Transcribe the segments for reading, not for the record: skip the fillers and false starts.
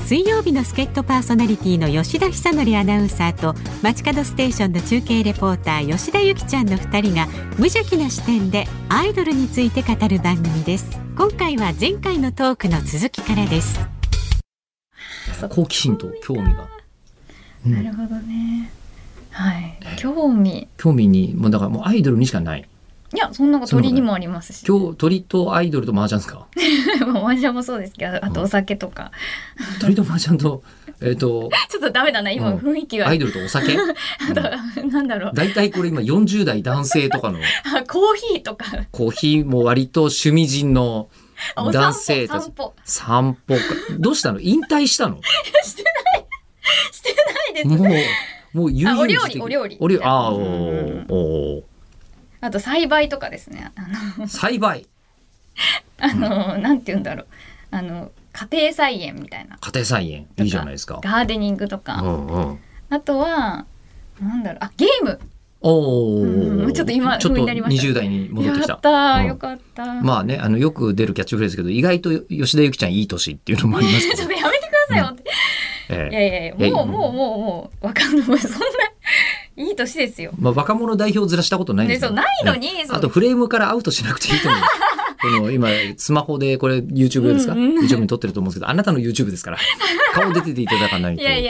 水曜日の助っ人パーソナリティの吉田久典アナウンサーと街角ステーションの中継レポーター吉田由紀ちゃんの2人が無邪気な視点でアイドルについて語る番組です。今回は前回のトークの続きからです。 好奇心と興味が、 なるほどね。はい、興味にもうだからもうアイドルにしかない。 いや、そんなこと鳥にもありますし。 今日鳥とアイドルと麻雀ですか？ 麻雀もそうですけど、あとお酒とか。 鳥と麻雀とちょっとダメだな今雰囲気が。 アイドルとお酒？ なんだろう。 だいたいこれ今40代男性とかのコーヒーとか。 コーヒーも割と趣味人の男性たち。散歩か。どうしたの？引退したの？ してないです。 もう悠々自適。 お料理。あと栽培とかですね。 栽培。 なんて言うんだろう。家庭菜園みたいな。 家庭菜園いいじゃないですか。 ガーデニングとか。あとはなんだろう。ゲーム。ちょっと今ちょっと20代に戻ってきた。 やったよかった。 まあね、よく出るキャッチフレーズですけど、意外と吉田由紀ちゃんいい年っていうのもありますけど。 ちょっとやめてくださいよって。いやもうわかんない。そんないい年ですよ。 若者代表ずらしたことないんですよ。 ないのに。 あとフレームからアウトしなくていいと思う。この今スマホでこれ YouTube ですか？ YouTube に撮ってると思うんですけど、あなたの YouTube ですから顔出てていただかないと。いや。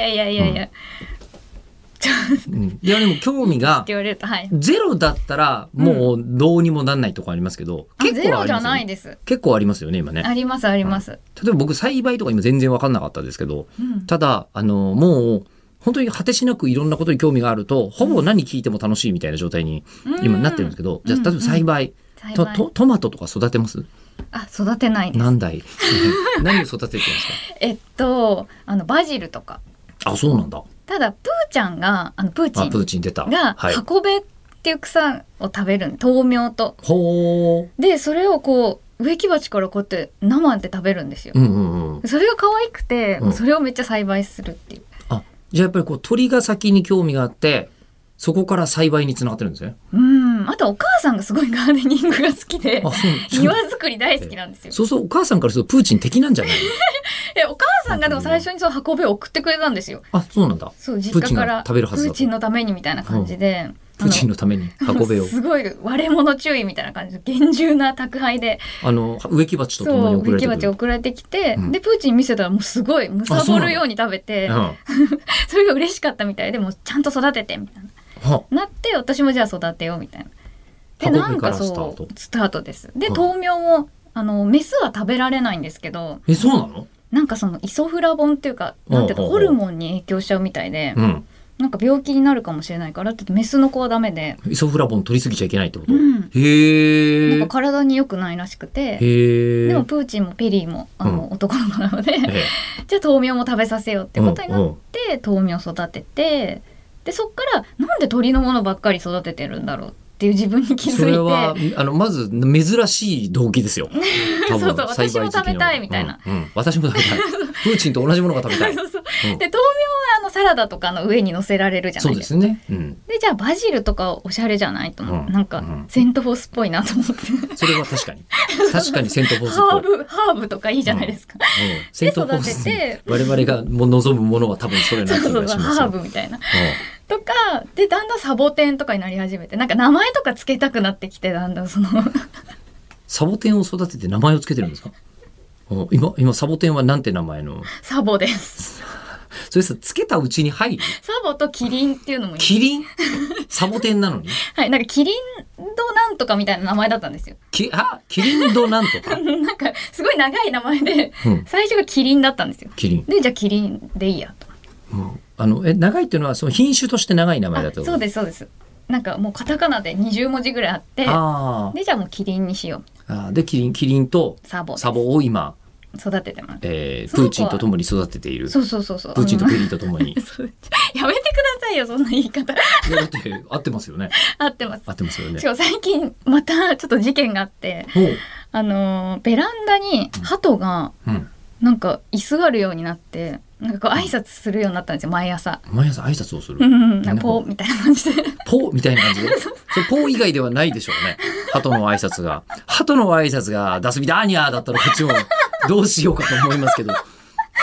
いやでも興味がゼロだったらもうどうにもなんないとこありますけど、結構ゼロじゃないです。 結構ありますよね今ね。 あります。例えば僕栽培とか今全然分かんなかったですけど、ただもう本当に果てしなくいろんなことに興味があると、ほぼ何聞いても楽しいみたいな状態に今なってるんですけど、じゃあ例えば栽培、トマトとか育てます？ 育てないです。 何台何を育ててるんですか？バジルとか。 そうなんだ。 ただプーちゃんがプーチン出たが運べっていう草を食べる、豆苗と。でそれをこう植木鉢からこうやって生で食べるんですよ。それが可愛くて、それをめっちゃ栽培するっていう。 じゃあやっぱりこう鳥が先に興味があってそこから栽培につながってるんですね。 あとお母さんがすごいガーデニングが好きで庭作り大好きなんですよ。 そうお母さんからするとプーチン敵なんじゃないの？お母さんがでも最初にその運びを送ってくれたんですよ。 そうなんだ。 そう実家からプーチンのためにみたいな感じで。 プーチンのために運べよ。 すごい割れ物注意みたいな感じで厳重な宅配で植木鉢とともに植木鉢送られてきて、でプーチン見せたらもうすごいむさぼるように食べて、それが嬉しかったみたいで、もうちゃんと育ててみたいななって、私もじゃあ育てようみたいな。でなんかそうスタートです。で豆苗もメスは食べられないんですけど。 そうなの？ なんかそのイソフラボンっていうかなんていうかホルモンに影響しちゃうみたいで。なんか病気になるかもしれないからってメスの子はダメで、 イソフラボン取りすぎちゃいけないってこと？ なんか体に良くないらしくて、でもプーチンもペリーも男の子なので、じゃあ豆苗も食べさせようってことになって豆苗育てて、でそっからなんで鳥のものばっかり育ててるんだろうっていう自分に気づいて、それはまず珍しい動機ですよ。 そう私も食べたいみたいな、 私も食べたい。プーチンと同じものが食べたい。で豆苗はサラダとかの上に乗せられるじゃないですか。そうですね。でじゃあバジルとかおしゃれじゃないと思って、なんかセントフォースっぽいなと思って。それは確かにセントフォースっぽい。 ハーブとかいいじゃないですか。 セントフォースで我々が望むものは多分それなんて気がしますよ。 ハーブみたいな。とかでだんだんサボテンとかになり始めて、なんか名前とかつけたくなってきて、だんだんそのサボテンを育てて名前をつけてるんですか？今サボテンはなんて名前の？ サボです。 それさつけたうちに入る？ サボとキリンっていうのもいい。 キリン？サボテンなのに？ はい、なんかキリンドなんとかみたいな名前だったんですよ。 キリンドなんとかなんかすごい長い名前で、最初がキリンだったんですよ。キリンでじゃあキリンでいいやと。 長いっていうのはその品種として長い名前だと。 そうですそうです。なんかもうカタカナで20文字ぐらいあって、でじゃあもうキリンにしよう。でキリンとサボを今育ててます。 プーチンとともに育てている。 そう。 プーチンとペリーとともに。 やめてくださいよそんな言い方。 だって合ってますよね。 合ってますよね。 しかも最近またちょっと事件があって、ベランダに鳩がなんか居座るようになって。なんかこう挨拶するようになったんですよ。毎朝挨拶をする。 なんかポーみたいな感じで。 ポーみたいな感じで。ポー以外ではないでしょうね。鳩の挨拶がダスビダーニャーだったらこっちもどうしようかと思いますけど。ポ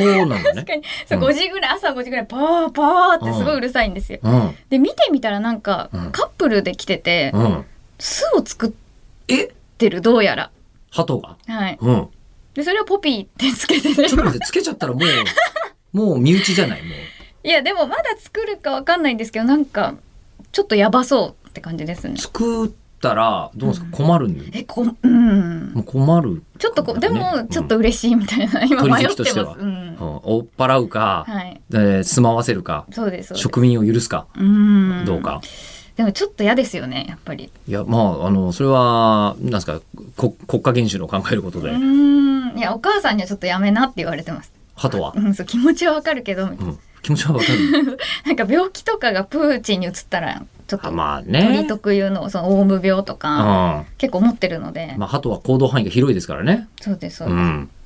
ポーなのね。 確かにそう、5時ぐらい、朝5時ぐらいポーポーってすごいうるさいんですよ。で見てみたらなんかカップルで来てて、巣を作ってる、どうやら鳩が。 はい。でそれをポピーってつけてて、 ちょっと待って、つけちゃったらもう身内じゃない。もういやでもまだ作るかわかんないんですけど、なんかちょっとやばそうって感じですね。 作ったらどうですか、困るんで。 もう困る。 ちょっとでもちょっと嬉しいみたいな、今迷ってます。 追っ払うか、住まわせるか、植民を許すか、どうか。 でもちょっと嫌ですよね、やっぱり。 いやそれはなんですか、国家元首の考えることで。 いやお母さんにはちょっとやめなって言われてます。 鳩は。 そう、気持ちはわかるけどみたいな。 気持ちはわかる。 なんか病気とかがプーチンに移ったらちょっと鳥特有のそのオウム病とか結構持ってるので、 鳩は行動範囲が広いですからね。 そうですそうです。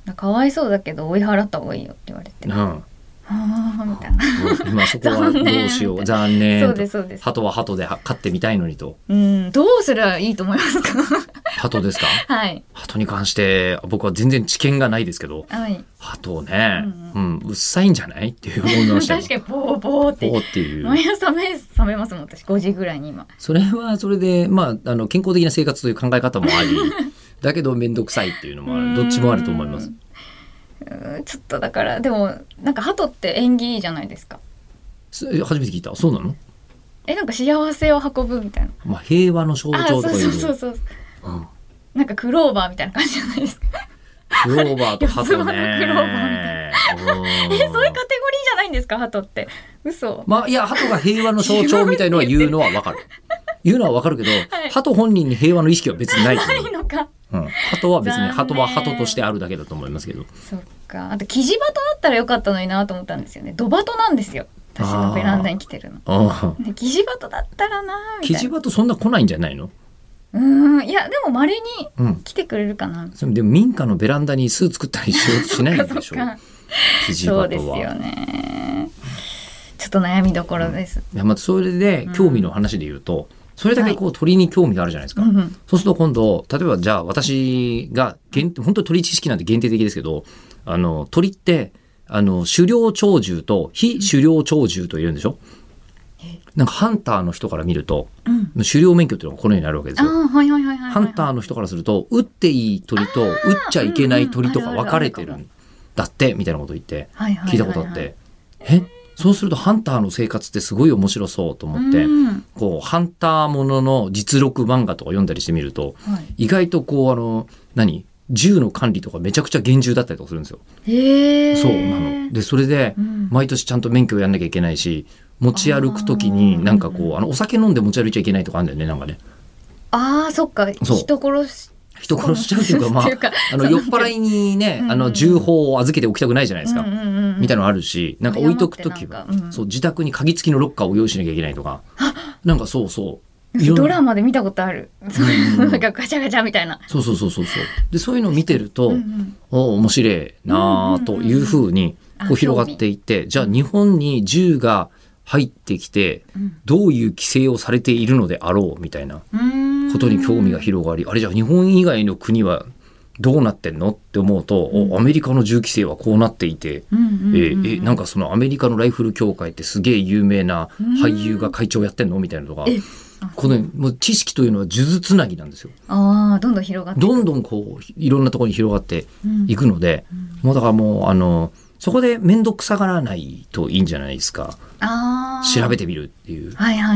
かわいそうだけど追い払った方がいいよって言われて。みたいな。 今そこはどうしよう、残念。 そうですそうです。 鳩は鳩で飼ってみたいのにと。 どうすればいいと思いますか。 鳩ですか。 はい。 鳩に関して僕は全然知見がないですけど、鳩ね、うっさいんじゃないっていう思いました。 確かにボーボーっていう。毎朝目覚めますもん、私5時ぐらいに今。 それはそれで健康的な生活という考え方もあり、だけど面倒くさいっていうのもある、どっちもあると思います。 ちょっとだからでもなんか鳩って縁起いいじゃないですか。 初めて聞いた。そうなの？ なんか幸せを運ぶみたいな。 平和の象徴とかいう。 そう。なんかクローバーみたいな感じじゃないですか。 クローバーと鳩ね。 クローバーみたいな。そういうカテゴリーじゃないんですか、鳩って。嘘。 いや、鳩が平和の象徴みたいのは言うのはわかる。言うのはわかるけど、鳩本人に平和の意識は別にないと思う。 ないのか。 鳩は別に鳩は鳩としてあるだけだと思いますけど。 そっか。あとキジバトだったらよかったのになと思ったんですよね。ドバトなんですよ、私のベランダに来てるの。キジバトだったらなみたいな。 キジバトそんな来ないんじゃないの？ いやでも稀に来てくれるかな。 でも民家のベランダに巣作ったりしないんでしょ。キジバトは。 そうですよね。ちょっと悩みどころです。 それで興味の話で言うと、それだけ鳥に興味があるじゃないですか。そうすると今度例えばじゃあ私が本当に鳥知識なんて限定的ですけど、鳥って狩猟鳥獣と非狩猟鳥獣といるんでしょ。なんかハンターの人から見ると、狩猟免許っていうのがこのようにあるわけですよ。ハンターの人からすると撃っていい鳥と撃っちゃいけない鳥とか分かれてるんだってみたいなこと言って聞いたことあって、そうするとハンターの生活ってすごい面白そうと思って、ハンターものの実録漫画とか読んだりしてみると、意外と銃の管理とかめちゃくちゃ厳重だったりとかするんですよ。そうなので、それで毎年ちゃんと免許をやんなきゃいけないし、持ち歩くときにお酒飲んで持ち歩いちゃいけないとかあるんだよね、なんかね。 そっか。人殺しちゃうというか、酔っ払いにね、銃砲を預けておきたくないじゃないですか、みたいなのあるし、なんか置いとくときは、自宅に鍵付きのロッカーを用意しなきゃいけないとか、なんかドラマで見たことある。なんかガチャガチャみたいな。 そうで、そういうのを見てると、面白いなというふうに広がっていって、じゃあ日本に銃が入ってきてどういう規制をされているのであろうみたいなことに興味が広がり、あれじゃあ日本以外の国はどうなってんのって思うと、アメリカの銃規制はこうなっていて、なんかそのアメリカのライフル協会ってすげえ有名な俳優が会長やってんのみたいなのとか、このもう知識というのは数珠つなぎなんですよ。 どんどん広がってどんどんいろんなところに広がっていくので、もうだからもうそこで面倒くさがらないといいんじゃないですか。調べてみるっていう。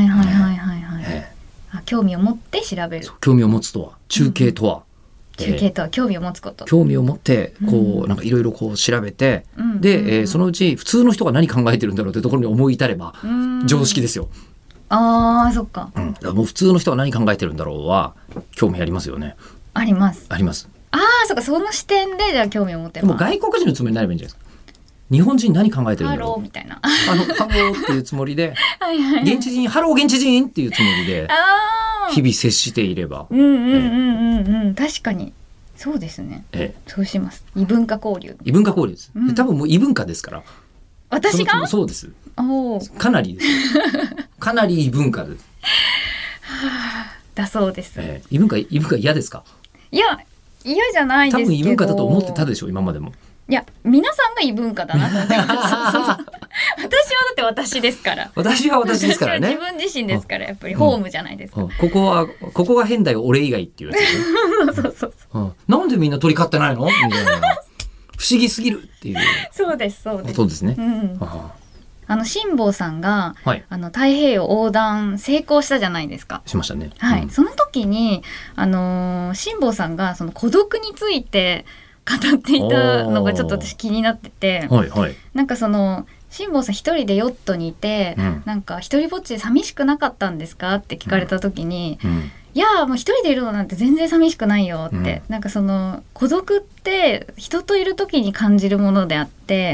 興味を持って調べる。 興味を持つとは、中継とは、 興味を持つこと。 興味を持ってなんかいろいろ調べて、で、そのうち普通の人が何考えてるんだろうというところに思い至れば常識ですよ。 そっか。 もう普通の人は何考えてるんだろうは興味ありますよね。 あります。 そっか、その視点でじゃあ興味を持ってます。 もう外国人のつもりになればいいんじゃないですか。日本人何考えてるんだろうみたいな。 ハローっていうつもりで現地人、ハロー現地人っていうつもりで日々接していれば、 確かにそうですね。そうします。異文化交流です。多分もう異文化ですから。 私がそうです。かなりですかなり異文化です。 だそうです。 異文化嫌ですか？ いや、嫌じゃないですけど。 多分異文化だと思ってたでしょ、今までも。 いや皆さんが異文化だなと思って私はだって私ですから。 私は私ですからね。 自分自身ですから、やっぱりホームじゃないですか。 ここが変だよ俺以外っていうやつ、ね、 そう、 なんでみんな鳥飼ってないのみたいな不思議すぎるっていうそうですことですね。 辛坊さんが、 はい、 太平洋横断成功したじゃないですか。 しましたね。 はい、その時に辛坊さんがその孤独について語っていたのがちょっと私気になってて、 はいはい、 なんかその辛坊さん一人でヨットにいて、なんか一人ぼっちで寂しくなかったんですかって聞かれた時に、いやもう一人でいるのなんて全然寂しくないよって、なんかその孤独って人といる時に感じるものであって、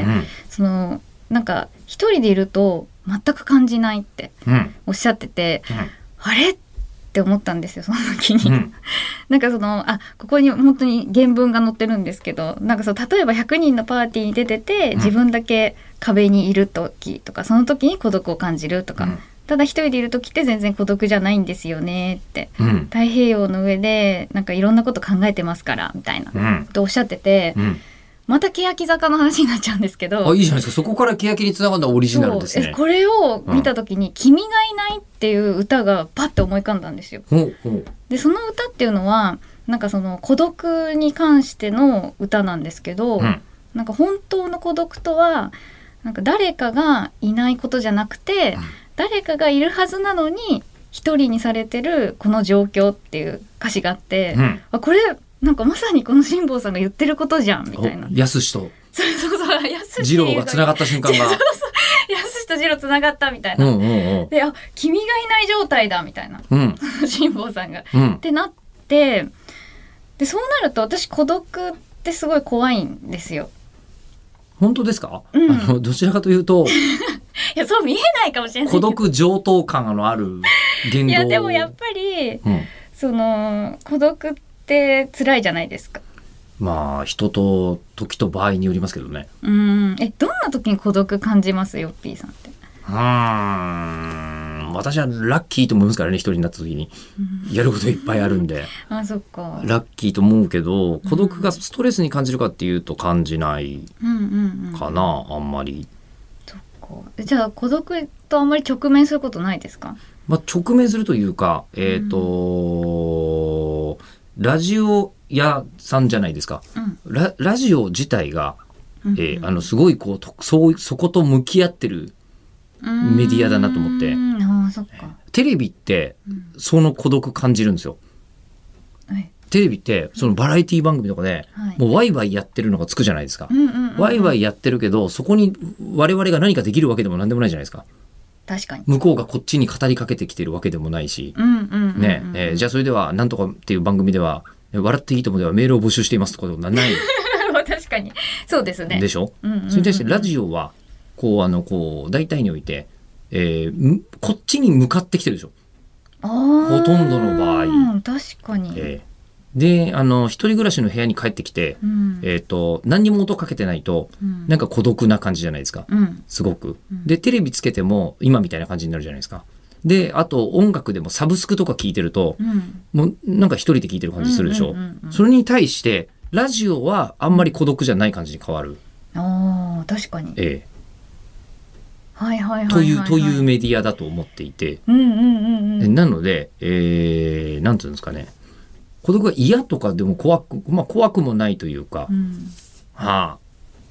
そのなんか一人でいると全く感じないっておっしゃってて、あれって思ったんですよその時に、なんかそのここに本当に原文が載ってるんですけど、なんか例えば100人のパーティーに出てて自分だけ壁にいる時とか、その時に孤独を感じるとか、ただ一人でいる時って全然孤独じゃないんですよねって、太平洋の上でなんかいろんなこと考えてますからみたいなとおっしゃってて、また欅坂の話になっちゃうんですけど、 いいじゃないですか。そこから欅につながるのはオリジナルですね。 これを見た時に、君がいないっていう歌がパッと思い浮かんだんですよ。でその歌っていうのはなんかその孤独に関しての歌なんですけど、なんか本当の孤独とはなんか誰かがいないことじゃなくて、誰かがいるはずなのに一人にされてるこの状況っていう歌詞があって、これなんかまさにこの辛坊さんが言ってることじゃんみたいな。 やすしと二郎がつながった瞬間がやすしと二郎つながったみたいな、で君がいない状態だみたいな、辛坊さんが、ってなって、でそうなると私孤独ってすごい怖いんですよ。 本当ですか？どちらかというといやそう見えないかもしれないけど、 孤独上等感のある言動。 いやでもやっぱり、その孤独って辛いじゃないですか。 まあ人と時と場合によりますけどね。 どんな時に孤独感じますよ、Pさんって。 私はラッキーと思いますからね、一人になった時に、やることいっぱいあるんでそっか、 ラッキーと思うけど、孤独がストレスに感じるかっていうと感じないかな、あんまり。 そっか。じゃあ孤独とあんまり直面することないですか？ 直面するというか、ラジオ屋さんじゃないですか、ラジオ自体が、すごいそこと向き合ってるメディアだなと思って。 そっか。 テレビってその孤独感じるんですよ。テレビってそのバラエティ番組とかで、もうワイワイやってるのがつくじゃないですか。ワイワイやってるけど、そこに我々が何かできるわけでも何でもないじゃないですか。 確かに。 向こうがこっちに語りかけてきてるわけでもないし、じゃあそれではなんとかっていう番組では笑っていいともではメールを募集していますとかでもない確かにそうですね。 でしょ。それに対してラジオはこう大体において、こっちに向かってきてるでしょ。ほとんどの場合。 確かに。 で一人暮らしの部屋に帰ってきて、何にも音かけてないと、なんか孤独な感じじゃないですか、すごく。でテレビつけても今みたいな感じになるじゃないですか。であと音楽でもサブスクとか聞いてると、もうなんか一人で聞いてる感じするでしょ。それに対してラジオはあんまり孤独じゃない感じに変わる。 確かに。 というメディアだと思っていて、なので、なんていうんですかね、孤独が嫌とかでも怖くもないというか、あ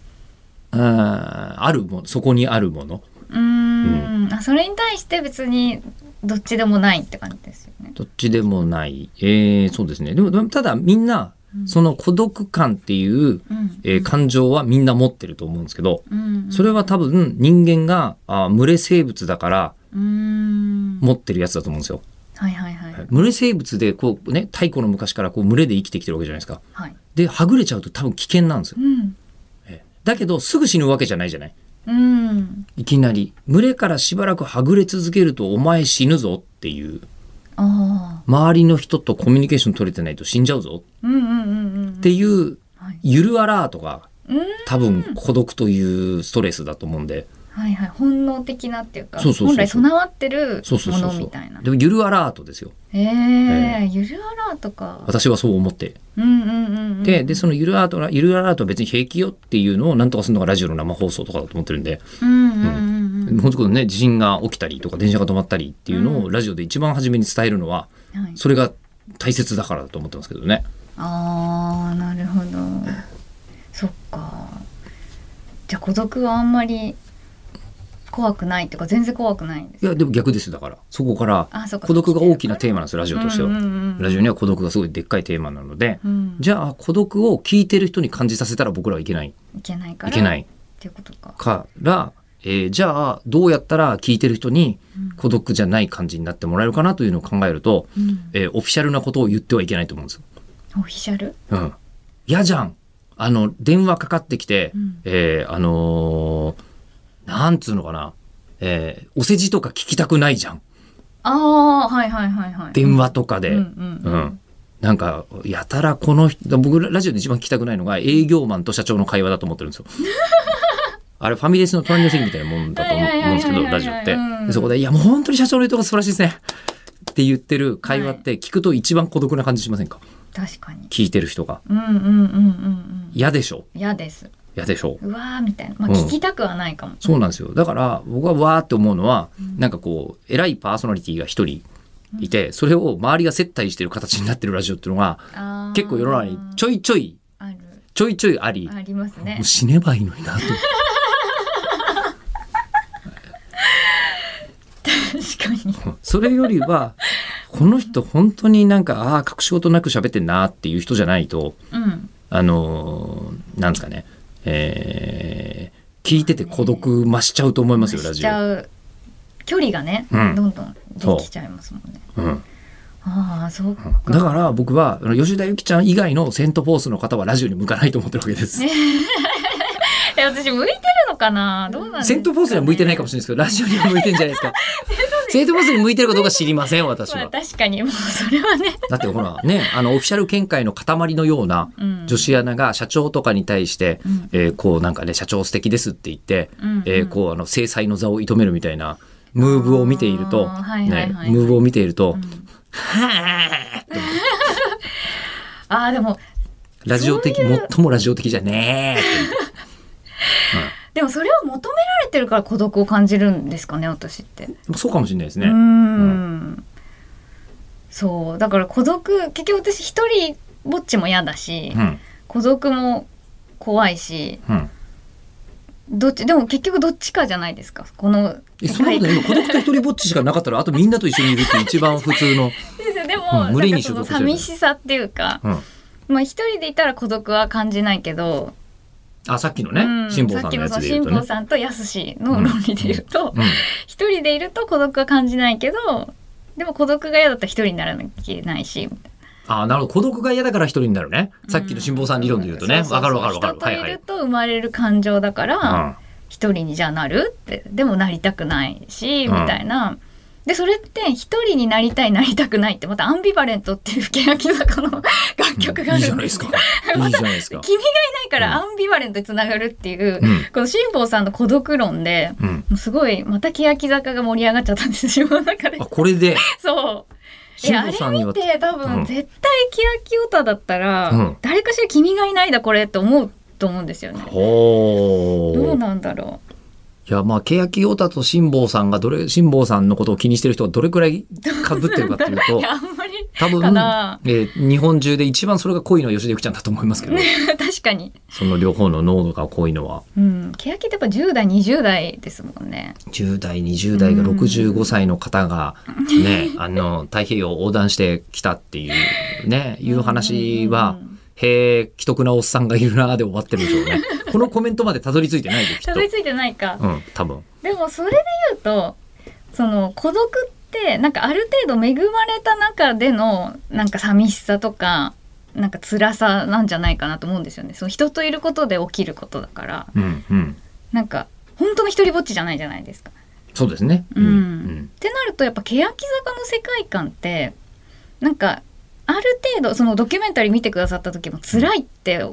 るもの、そこにあるもの、 それに対して別にどっちでもないって感じですよね。 どっちでもない、そうですね。でもただみんなその孤独感っていう、感情はみんな持ってると思うんですけど、それは多分人間が群れ生物だから持ってるやつだと思うんですよ。群れ生物でこうね、太古の昔からこう群れで生きてきてるわけじゃないですか。ではぐれちゃうと多分危険なんですよ。だけどすぐ死ぬわけじゃないじゃない。いきなり群れからしばらくはぐれ続けるとお前死ぬぞっていう、周りの人とコミュニケーション取れてないと死んじゃうぞっていうゆるアラートが多分孤独というストレスだと思うんで、 はいはい、本能的なっていうか、 そうそうそうそう本来備わってるそうそうそうそうものみたいな。 でもゆるアラートですよ。 ゆるアラートか。 私はそう思って、でそのゆるアラートは別に平気よっていうのをなんとかするのがラジオの生放送とかだと思ってるんで、本当にね、地震が起きたりとか電車が止まったりっていうのをラジオで一番初めに伝えるのは、それが大切だからだと思ってますけどね。 あー、なるほど。そっか。じゃあ孤独はあんまり怖くないっていうか、全然怖くないんです。 いやでも逆ですよ。だからそこから孤独が大きなテーマなんですよ、ラジオとしては。ラジオには孤独がすごいでっかいテーマなので、じゃあ孤独を聞いてる人に感じさせたら僕らはいけないっていうことからじゃあどうやったら聞いてる人に孤独じゃない感じになってもらえるかなというのを考えると、オフィシャルなことを言ってはいけないと思うんですよ。 オフィシャル？ 嫌じゃん。電話かかってきて、なんつうのかな、お世辞とか聞きたくないじゃん。電話とかで、なんかやたらこの人、僕ラジオで一番聞きたくないのが営業マンと社長の会話だと思ってるんですよ。あれファミレスの隣の席みたいなもんだと思うんですけど、ラジオって。でそこで、いやもう本当に社長の言うとこ素晴らしいですねって言ってる会話って聞くと一番孤独な感じしませんか？ 確かに。 聞いてる人が。嫌でしょ？嫌です。嫌でしょ？ うわーみたいな。聞きたくはないかも。 そうなんですよ。だから僕はわーって思うのは、なんかこう偉いパーソナリティが一人いて、それを周りが接待してる形になってるラジオっていうのが結構世の中にちょいちょいありますね。 もう死ねばいいのになと。 確かに。 それよりはこの人本当になんか隠し事なく喋ってんなっていう人じゃないと、なんですかね、聞いてて孤独増しちゃうと思いますよ、ラジオ。 距離がね、どんどんできちゃいますもんね。そうか。 だから僕は吉田ゆきちゃん以外のセントフォースの方はラジオに向かないと思ってるわけです。 私向いてるのかな、どうなんですかね。 セントフォースには向いてないかもしれないですけど、ラジオには向いてるんじゃないですか。セントフォースに向いてるかどうか知りません、私は。 確かにもうそれはね。 だってほらね、オフィシャル見解の塊のような女子アナが社長とかに対して、こうなんかね、社長素敵ですって言って、こう制裁の座を射止めるみたいなムーブを見ていると、 でもラジオ的、最もラジオ的じゃねえって。 でもそれを求められてるから孤独を感じるんですかね、私って。 そうかもしれないですね。 そうだから孤独、結局私一人ぼっちも嫌だし、孤独も怖いし、でも結局どっちかじゃないですか、このそんなことない。孤独と一人ぼっちしかなかったらあとみんなと一緒にいるって一番普通のでも、無理に所属する寂しさっていうか、一人でいたら孤独は感じないけど、 さっきのね、辛坊さんのやつで言うとね、 辛坊さんとやすしの論理で言うと、一人でいると孤独は感じないけど、でも孤独が嫌だったら一人にならなきゃいけないしみたいな。 なるほど。孤独が嫌だから一人になるね。さっきの辛坊さん理論で言うとね、わかる。 人といると生まれる感情だから、一人にじゃあなるって、でもなりたくないしみたいな。でそれって一人になりたいなりたくないってまたアンビバレントっていう欅坂の楽曲があるんです。いいじゃないですか。 君がいないからアンビバレントにつながるっていう、この辛坊さんの孤独論で、もうすごいまた欅坂が盛り上がっちゃったんです自分の中で。 これで。 そう。あれ見て多分絶対欅オタだったら、誰かしら君がいないだこれって思うと思うんですよね。どうなんだろう。 いや欅オタと辛坊さんが辛坊さんのことを気にしてる人がどれくらい被ってるかっていうと多分、日本中で一番それが濃いのは吉田ゆきちゃんだと思いますけど確かにその両方の濃度が濃いのは、 欅ってやっぱ10代20代ですもんね。 10代20代が65歳の方がね、太平洋を横断してきたっていうねいう話はへえ、既得なおっさんがいるなーで終わってるでしょうね。このコメントまでたどり着いてないできっと。 たどり着いてないか。 多分。 でもそれで言うと、その孤独ってなんかある程度恵まれた中でのなんか寂しさとかなんか辛さなんじゃないかなと思うんですよね。その人といることで起きることだから、なんか本当の一人ぼっちじゃないじゃないですか。 そうですね。 ってなるとやっぱ欅坂の世界観ってなんか。ある程度そのドキュメンタリー見てくださった時も辛いって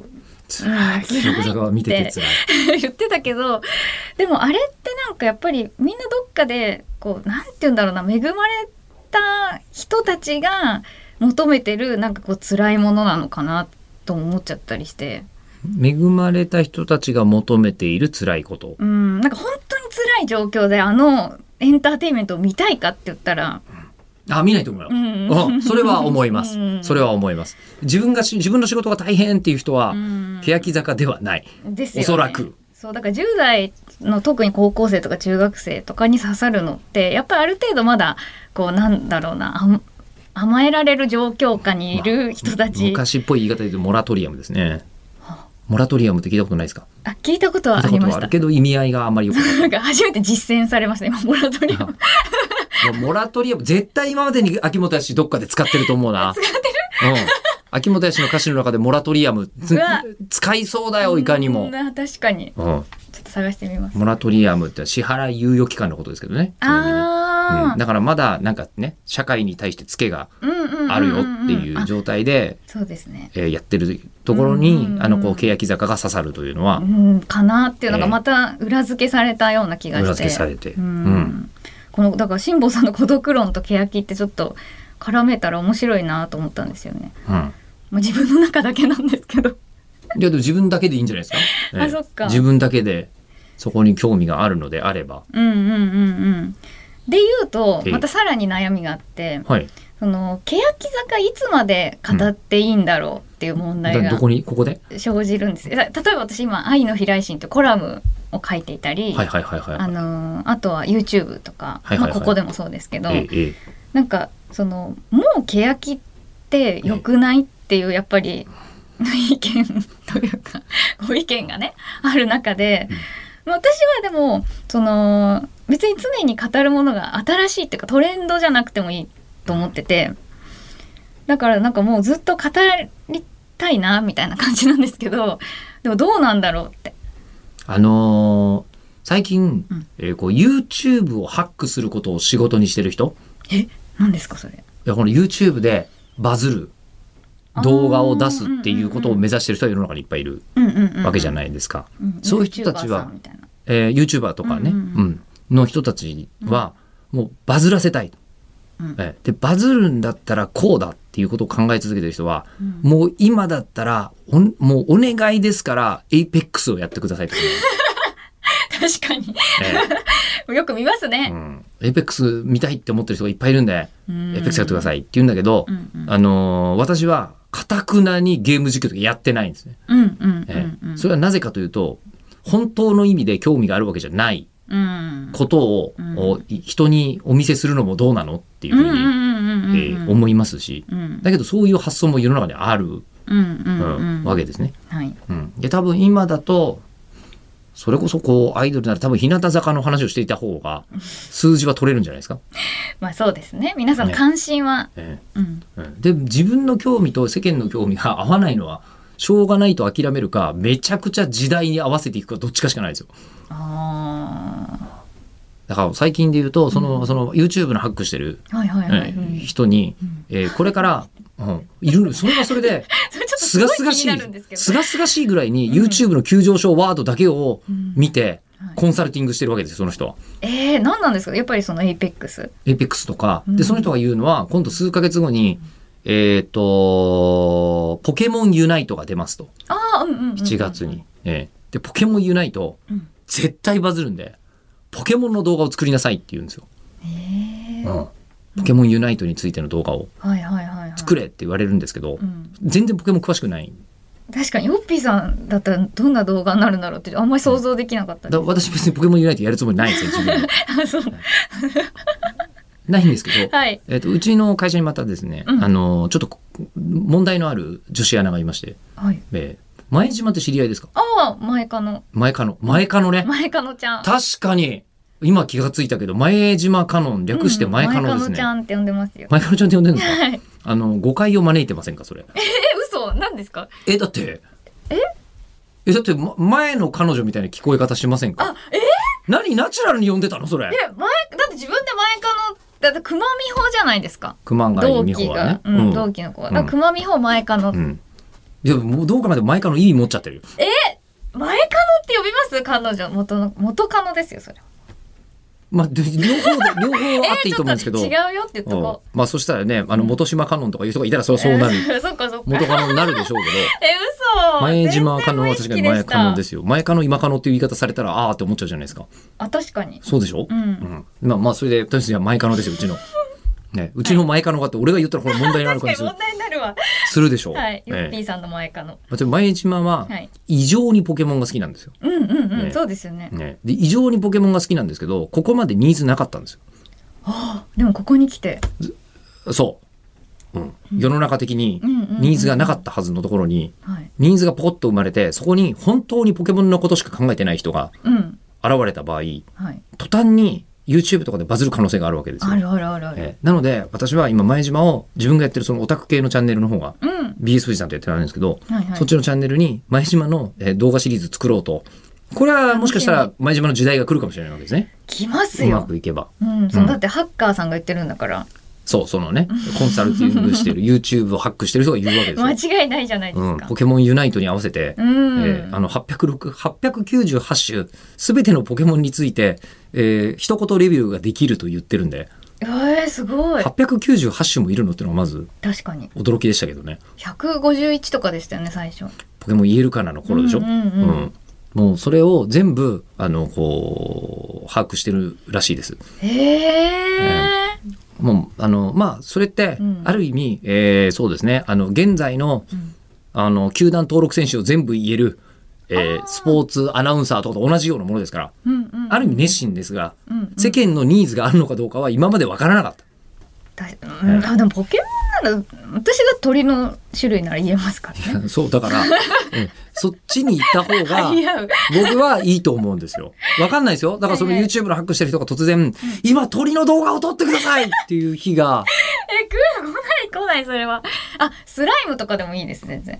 辛い、清子坂は見てて辛い言ってたけど、でもあれってなんかやっぱりみんなどっかでこうなんて言うんだろうな、恵まれた人たちが求めてるなんかこう辛いものなのかなと思っちゃったりして。 恵まれた人たちが求めている辛いこと、 なんか本当に辛い状況でエンターテインメントを見たいかって言ったら、 見ないと思います、それは思います、それは思います。自分の仕事が大変っていう人は欅坂ではないですよね、おそらく。 そうだから10代の特に高校生とか中学生とかに刺さるのってやっぱりある程度まだこうなんだろうな、甘えられる状況下にいる人たち、 昔っぽい言い方で言うとモラトリアムですね。モラトリアムって聞いたことないですか？ 聞いたことはありました。 あるけど意味合いがあんまりよくない。 なんか初めて実践されました今モラトリアム。 モラトリアム絶対今までに秋元康どっかで使ってると思うな。 使ってる？ 秋元康の歌詞の中でモラトリアム使いそうだよ、いかにも。 確かに、ちょっと探してみます。 モラトリアムって支払い猶予期間のことですけどね。だからまだなんかね、社会に対してツケがあるよっていう状態でやってるところにこう欅坂が刺さるというのはかなっていうのがまた裏付けされたような気がして、 裏付けされて、 このだから辛坊さんの孤独論と欅ってちょっと絡めたら面白いなと思ったんですよね。自分の中だけなんですけど。 いやでも自分だけでいいんじゃないですか。 そっか。 自分だけでそこに興味があるのであれば。 で言うとまたさらに悩みがあって、その欅坂いつまで語っていいんだろうっていう問題がここで生じるんです。例えば私今愛の飛来心というコラムを書いていたり、あとは YouTube とか、ここでもそうですけど、なんかそのもう欅って良くないっていうやっぱり意見というかご意見がねある中で、私はでもその別に常に語るものが新しいっていうかトレンドじゃなくてもいいと思ってて、だからなんかもうずっと語りたいなみたいな感じなんですけど、でもどうなんだろうって。 最近、こう YouTube をハックすることを仕事にしてる人、 何ですかそれ？ いやこの YouTube でバズる動画を出すっていうことを目指してる人は世の中にいっぱいいるわけじゃないですか。そういう人たちは、YouTuber とかね、の人たちはもうバズらせたい。でバズるんだったらこうだっていうことを考え続けてる人は、もう今だったらもうお願いですからエイペックスをやってくださいとか、 確かに、よく見ますね。 エイペックス見たいって思ってる人がいっぱいいるんで、エイペックスやってくださいって言うんだけど、私は堅くなにゲーム実況とかやってないんですね。それはなぜかというと、本当の意味で興味があるわけじゃないことを、人にお見せするのもどうなのっていうふうに思いますし、だけどそういう発想も世の中にあるわけですね。で多分今だとそれこそこうアイドルなら多分日向坂の話をしていた方が数字は取れるんじゃないですか。 まあそうですね。皆さんの関心は、 で自分の興味と世間の興味が合わないのはしょうがないと諦めるか、めちゃくちゃ時代に合わせていくか、どっちかしかないですよ。だから最近で言うとその YouTube のハックしてる人にこれからいるの、それはそれですがすがしいぐらいに YouTube の急上昇ワードだけを見てコンサルティングしてるわけですよ、その人は。 何なんですか？やっぱりそのエイペックスとかで、その人が言うのは今度数ヶ月後にポケモンユナイトが出ますと。7月に。でポケモンユナイト、絶対バズるんでポケモンの動画を作りなさいって言うんですよ。ポケモンユナイトについての動画を作れって言われるんですけど、全然ポケモン詳しくない。 確かにヨッピーさんだったらどんな動画になるんだろうってあんまり想像できなかったです。 私別にポケモンユナイトやるつもりないんですよ、自分で。ないんですけど、うちの会社にまたですね、ちょっと問題のある女子アナがいまして、前島って知り合いですか？ 前科のね。 前科のちゃん。 確かに今気がついたけど、前島香音略して前科のですね。前科のちゃんって呼んでますよ。 前科のちゃんって呼んでるんですか？誤解を招いてませんかそれ？ 嘘なんですか？ だってだって前の彼女みたいな聞こえ方しませんか？何ナチュラルに呼んでたのそれ？だって自分で前科のだって熊美穂じゃないですか。 熊谷美穂はね、 同期の子は。熊美穂前科の。 いやもうどうかまで前科の意味持っちゃってるよ。 前カノって呼びます彼女元カノですよそれ。 まあ、両方あっていいと思うんですけど、 違うよって言っとこう。まあそしたらね元島カノンとかいう人がいたらそうなる、 そっかそっか。 元カノになるでしょうけど嘘。 前島カノンは確かに前カノンですよ。前カノ今カノっていう言い方されたらあーって思っちゃうじゃないですか。 あ確かに。 そうでしょ、まあそれでとりあえず前カノですようちの。ね、うちの前カノがって俺が言ったらこれ問題になるかもしれない。 問題になるわ。 するでしょう。 はい。ヨッピーさんの前カノ。 前島は異常にポケモンが好きなんですよ。 ね、そうですよね。 で異常にポケモンが好きなんですけどここまでニーズなかったんですよ。 でもここに来て。 そう、世の中的にニーズがなかったはずのところにニーズがポコッと生まれてそこに本当にポケモンのことしか考えてない人が現れた場合、途端にYouTube とかでバズる可能性があるわけですよ。 ある。 なので私は今前島を自分がやってるそのオタク系のチャンネルの方が、BS 富士山とやってるんですけど、そっちのチャンネルに前島の、動画シリーズ作ろうと。これはもしかしたら前島の時代が来るかもしれないわけですね。 来ますよ。 うまくいけば。 だってハッカーさんが言ってるんだから。 そうそのねコンサルティングしてる YouTube をハックしてる人が言うわけですよ。 間違いないじゃないですか。 ポケモンユナイトに合わせて、898種すべてのポケモンについて、一言レビューができると言ってるんで。 すごい。 898種もいるのってのがまず確かに驚きでしたけどね。 151とかでしたよね最初。 ポケモン言えるかなの頃でしょ。もうそれを全部こう把握してるらしいです。もうまあそれってある意味、そうですね現在の球団登録選手を全部言える、スポーツアナウンサーとかと同じようなものですから、ある意味熱心ですが、世間のニーズがあるのかどうかは今まで分からなかった。 でもポケモンなら私が鳥の種類なら言えますからね。 そうだから、そっちに行った方が僕はいいと思うんですよ。わかんないですよ。だからその YouTube のハックしてる人が突然、今鳥の動画を撮ってくださいっていう日が来ないそれは。スライムとかでもいいです全然。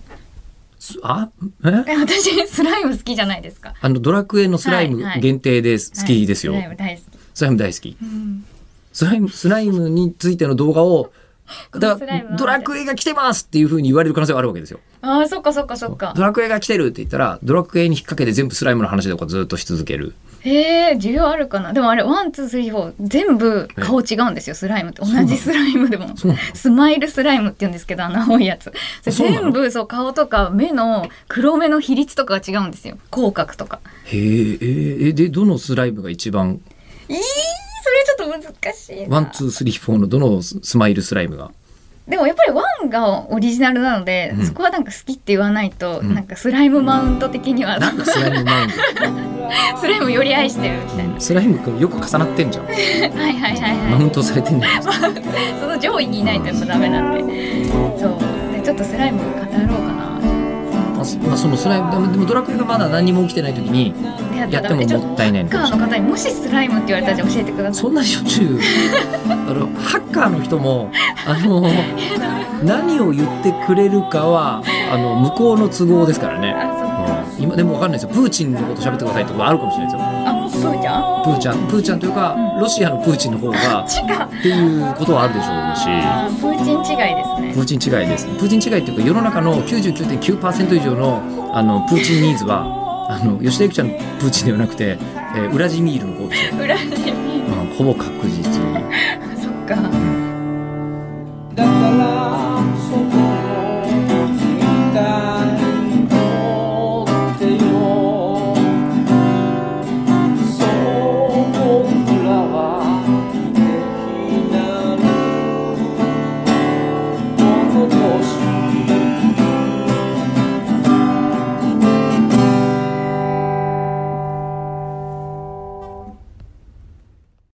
私スライム好きじゃないですか。 ドラクエのスライム限定で好きですよ。スライム大好き。スライムについての動画をドラクエが来てますっていう風に言われる可能性があるわけですよ。 そっか。ドラクエが来てるって言ったらドラクエに引っ掛けて全部スライムの話とかずっとし続ける。 需要あるかな。でもあれ1、2、3、4全部顔違うんですよ。スライムって同じスライムでもスマイルスライムって言うんですけど青いやつ全部顔とか目の黒目の比率とかが違うんですよ。口角とか。 でどのスライムが一番それちょっと難しいな。 1、2、3、4のどのスマイルスライムが。 でもやっぱり1がオリジナルなので、そこはなんか好きって言わないと、なんかスライムマウント的にはなんかスライムマウントスライムより愛してるみたいな。 スライム君よく重なってんじゃん。マウントされてんじゃん。 その上位にいないとやっぱダメなんで。そうでちょっとスライム語ろうかな。 そのスライムでもドラクエがまだ何も起きてない時にやってももったいないのかもしれない。 ハッカーの方にもしスライムって言われたら教えてください。 そんなにしょっちゅうハッカーの人も何を言ってくれるかは向こうの都合ですからね。今でも分かんないですよ。プーチンのこと喋ってくださいってことあるかもしれないですよ。プーちゃんというか、ロシアのプーチンの方がっていうことはあるでしょうし。 プーチン違いですね。 プーチン違いです。プーチン違いっていうか世の中の 99.9% 以上のプーチンニーズは吉田ゆきちゃんのプーチンではなくて、ウラジミールの方ですよ。 ウラジミール、 ほぼ確実に。 そっか。